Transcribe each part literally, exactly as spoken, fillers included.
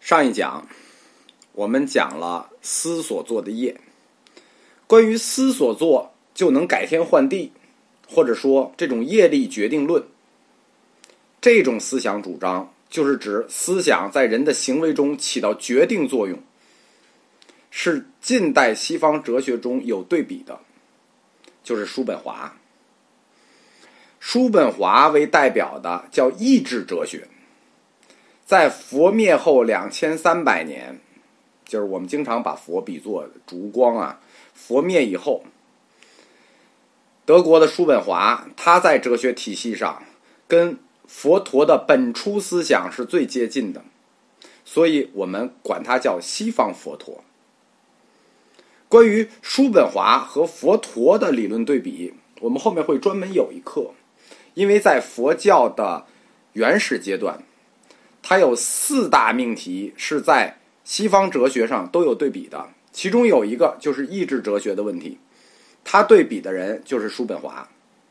上一讲我们讲了思所作的业，关于思所作就能改天换地，或者说这种业力决定论，这种思想主张就是指思想在人的行为中起到决定作用，是近代西方哲学中有对比的，就是叔本华。叔本华为代表的叫意志哲学，在佛灭后两千三百年，就是我们经常把佛比作烛光啊，佛灭以后，德国的叔本华他在哲学体系上跟佛陀的本初思想是最接近的，所以我们管他叫西方佛陀。关于叔本华和佛陀的理论对比，我们后面会专门有一课，因为在佛教的原始阶段，它有四大命题是在西方哲学上都有对比的，其中有一个就是意志哲学的问题，他对比的人就是叔本华。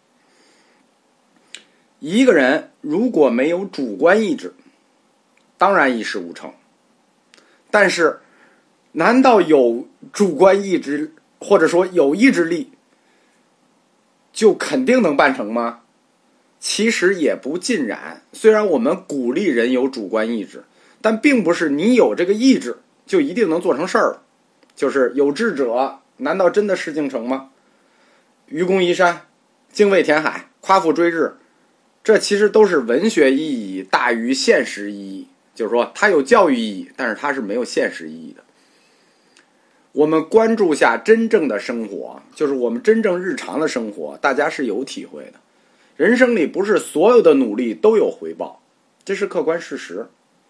一个人如果没有主观意志，当然一事无成，但是难道有主观意志或者说有意志力就肯定能办成吗？其实也不尽然，虽然我们鼓励人有主观意志，但并不是你有这个意志就一定能做成事儿。就是有志者难道真的事竟成吗？愚公移山，精卫填海，夸父追日，这其实都是文学意义大于现实意义，就是说它有教育意义，但是它是没有现实意义的。我们关注下真正的生活，就是我们真正日常的生活，大家是有体会的。人生里不是所有的努力都有回报，这是客观事实。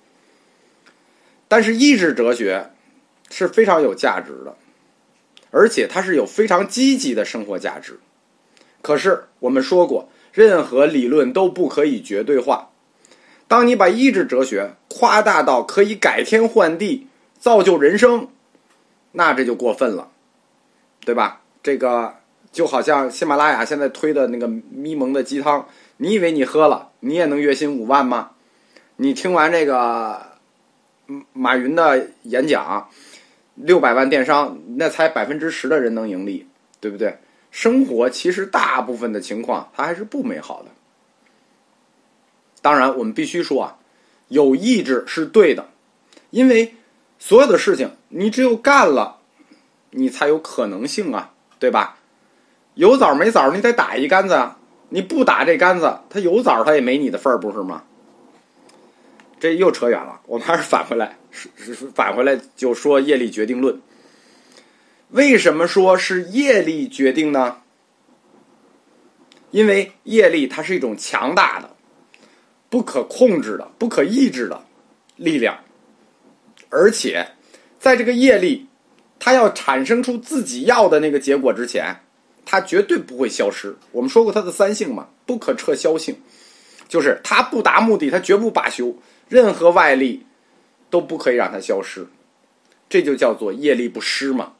但是意志哲学是非常有价值的，而且它是有非常积极的生活价值。可是我们说过，任何理论都不可以绝对化。当你把意志哲学夸大到可以改天换地，造就人生，那这就过分了，对吧？这个就好像喜马拉雅现在推的那个咪蒙的鸡汤，你以为你喝了你也能月薪五万吗？你听完这个马云的演讲，六百万电商那才百分之十的人能盈利，对不对？生活其实大部分的情况它还是不美好的。当然我们必须说啊，有意志是对的，因为所有的事情你只有干了你才有可能性啊，对吧？有枣没枣你得打一竿子啊，你不打这竿子它有枣它也没你的份儿，不是吗？这又扯远了，我们还是返回来返回来就说业力决定论。为什么说是业力决定呢？因为业力它是一种强大的不可控制的不可抑制的力量，而且在这个业力它要产生出自己要的那个结果之前，它绝对不会消失。我们说过它的三性嘛，不可撤销性，就是它不达目的它绝不罢休，任何外力都不可以让它消失，这就叫做业力不失嘛。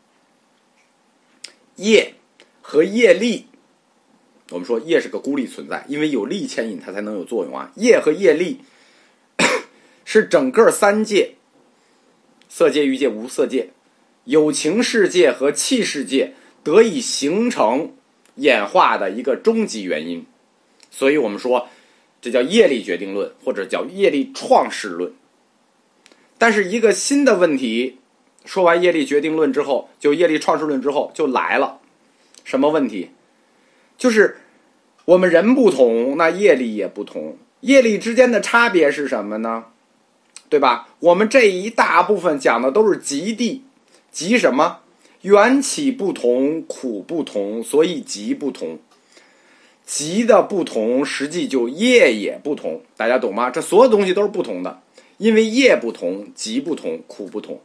业和业力，我们说业是个孤立存在，因为有力牵引它才能有作用啊。业和业力是整个三界，色界、欲界、无色界，有情世界和气世界得以形成演化的一个终极原因。所以我们说这叫业力决定论，或者叫业力创世论。但是一个新的问题，说完业力决定论之后，就业力创世论之后就来了。什么问题？就是我们人不同，那业力也不同。业力之间的差别是什么呢？对吧？我们这一大部分讲的都是极地，极什么？缘起不同，苦不同，所以极不同。极的不同，实际就业也不同，大家懂吗？这所有东西都是不同的，因为业不同，极不同，苦不同。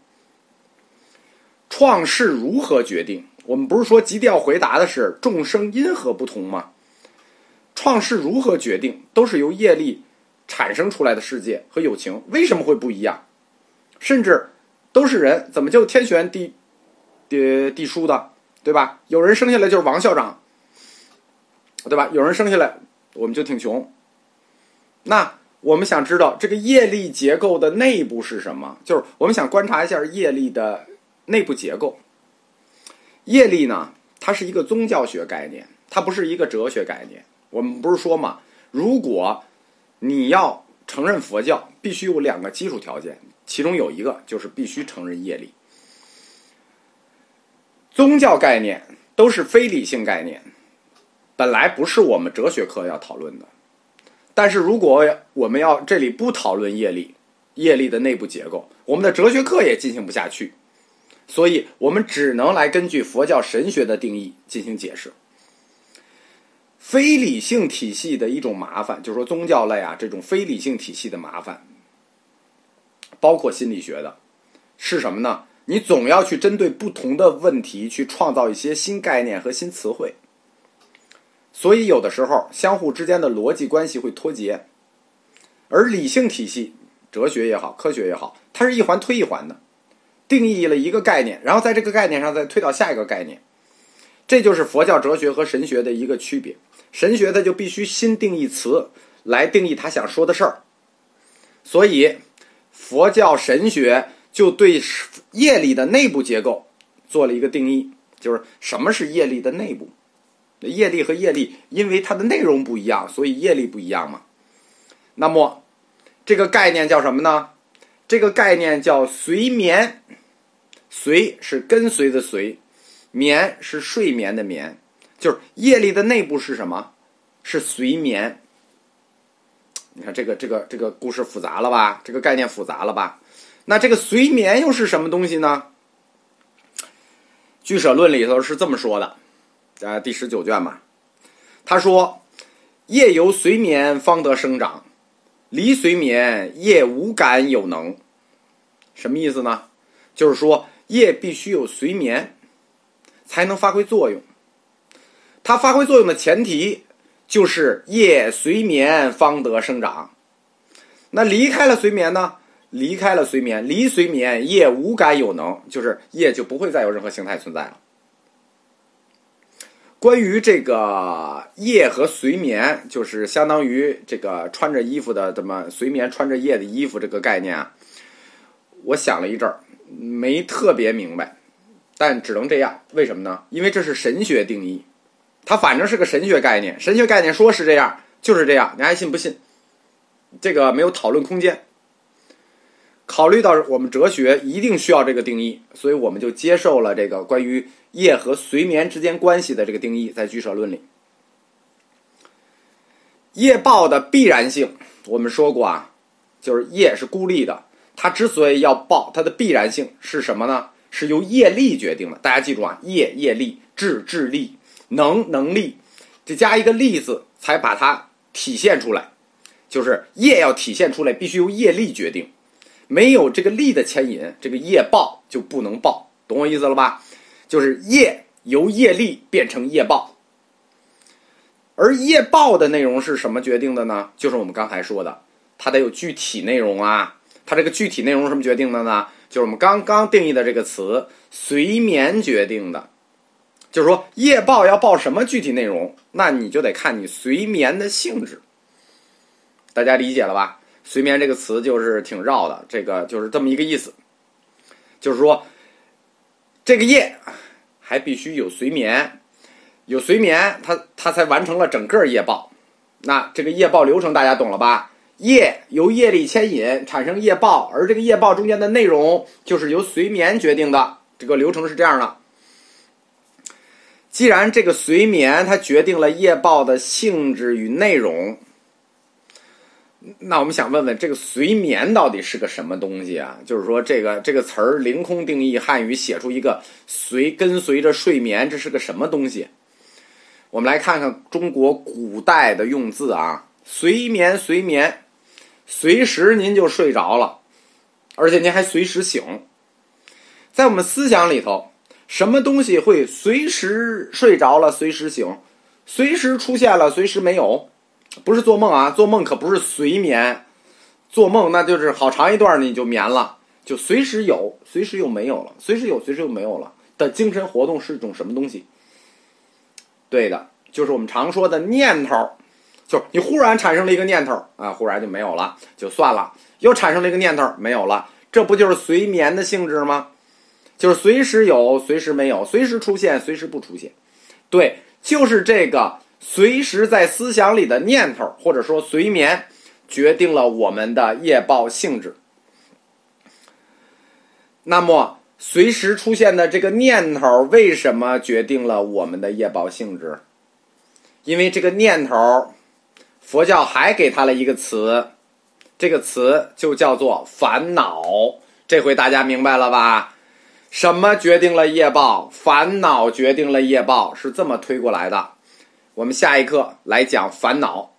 创世如何决定？我们不是说极地要回答的是众生因何不同吗？创世如何决定？都是由业力产生出来的世界和有情，为什么会不一样？甚至都是人，怎么就天选地地地书的，对吧？有人生下来就是王校长，对吧？有人生下来我们就挺穷。那我们想知道这个业力结构的内部是什么，就是我们想观察一下业力的内部结构。业力呢，它是一个宗教学概念，它不是一个哲学概念。我们不是说嘛，如果你要承认佛教，必须有两个基础条件，其中有一个就是必须承认业力。宗教概念都是非理性概念，本来不是我们哲学课要讨论的。但是如果我们要这里不讨论业力，业力的内部结构，我们的哲学课也进行不下去，所以我们只能来根据佛教神学的定义进行解释。非理性体系的一种麻烦，就是说宗教类啊这种非理性体系的麻烦，包括心理学的，是什么呢？你总要去针对不同的问题去创造一些新概念和新词汇，所以有的时候相互之间的逻辑关系会脱节。而理性体系，哲学也好，科学也好，它是一环推一环的，定义了一个概念，然后在这个概念上再推到下一个概念。这就是佛教哲学和神学的一个区别。神学它就必须新定义词来定义他想说的事儿，所以佛教神学就对业力的内部结构做了一个定义，就是什么是业力的内部。业力和业力因为它的内容不一样，所以业力不一样嘛。那么这个概念叫什么呢？这个概念叫随眠。随是跟随的随，眠是睡眠的眠，就是业力的内部是什么？是随眠。你看这个这个这个故事复杂了吧？这个概念复杂了吧？那这个随眠又是什么东西呢？俱舍论里头是这么说的，呃，第十九卷嘛，他说：业由随眠方得生长，离随眠业无感有能。什么意思呢？就是说业必须有随眠才能发挥作用，它发挥作用的前提就是业随眠方得生长。那离开了随眠呢？离开了随眠，离随眠业无感有能，就是业就不会再有任何形态存在了。关于这个业和随眠，就是相当于这个穿着衣服的这么随眠穿着业的衣服这个概念啊，我想了一阵儿，没特别明白，但只能这样。为什么呢？因为这是神学定义，它反正是个神学概念，神学概念说是这样就是这样，你还信不信？这个没有讨论空间。考虑到我们哲学一定需要这个定义，所以我们就接受了这个关于业和随眠之间关系的这个定义，在俱舍论里。业报的必然性我们说过啊，就是业是孤立的，它之所以要报，它的必然性是什么呢？是由业力决定的。大家记住啊，业业力，智智力，能能力，这加一个力字才把它体现出来，就是业要体现出来必须由业力决定，没有这个力的牵引，这个业报就不能报，懂我意思了吧？就是业由业力变成业报。而业报的内容是什么决定的呢？就是我们刚才说的，它得有具体内容啊。它这个具体内容是什么决定的呢？就是我们刚刚定义的这个词随眠决定的。就是说业报要报什么具体内容，那你就得看你随眠的性质。大家理解了吧？随眠这个词就是挺绕的，这个就是这么一个意思，就是说这个业还必须有随眠，有随眠它它才完成了整个业报。那这个业报流程大家懂了吧？业由业力牵引产生业报，而这个业报中间的内容就是由随眠决定的，这个流程是这样的。既然这个随眠它决定了业报的性质与内容，那我们想问问，这个随眠到底是个什么东西啊？就是说这个这个词儿凌空定义，汉语写出一个随跟随着睡眠，这是个什么东西？我们来看看中国古代的用字啊，随眠随眠，随时您就睡着了，而且您还随时醒。在我们思想里头，什么东西会随时睡着了随时醒，随时出现了随时没有？不是做梦啊，做梦可不是随眠，做梦那就是好长一段你就眠了，就随时有随时又没有了，随时有随时又没有了的精神活动是一种什么东西？对的，就是我们常说的念头。 就是你忽然产生了一个念头啊，忽然就没有了，就算了，又产生了一个念头，没有了，这不就是随眠的性质吗？就是随时有，随时没有，随时出现，随时不出现。对，就是这个随时在思想里的念头，或者说随眠，决定了我们的业报性质。那么随时出现的这个念头为什么决定了我们的业报性质？因为这个念头，佛教还给它了一个词，这个词就叫做烦恼。这回大家明白了吧？什么决定了业报？烦恼决定了业报，是这么推过来的。我们下一课来讲烦恼。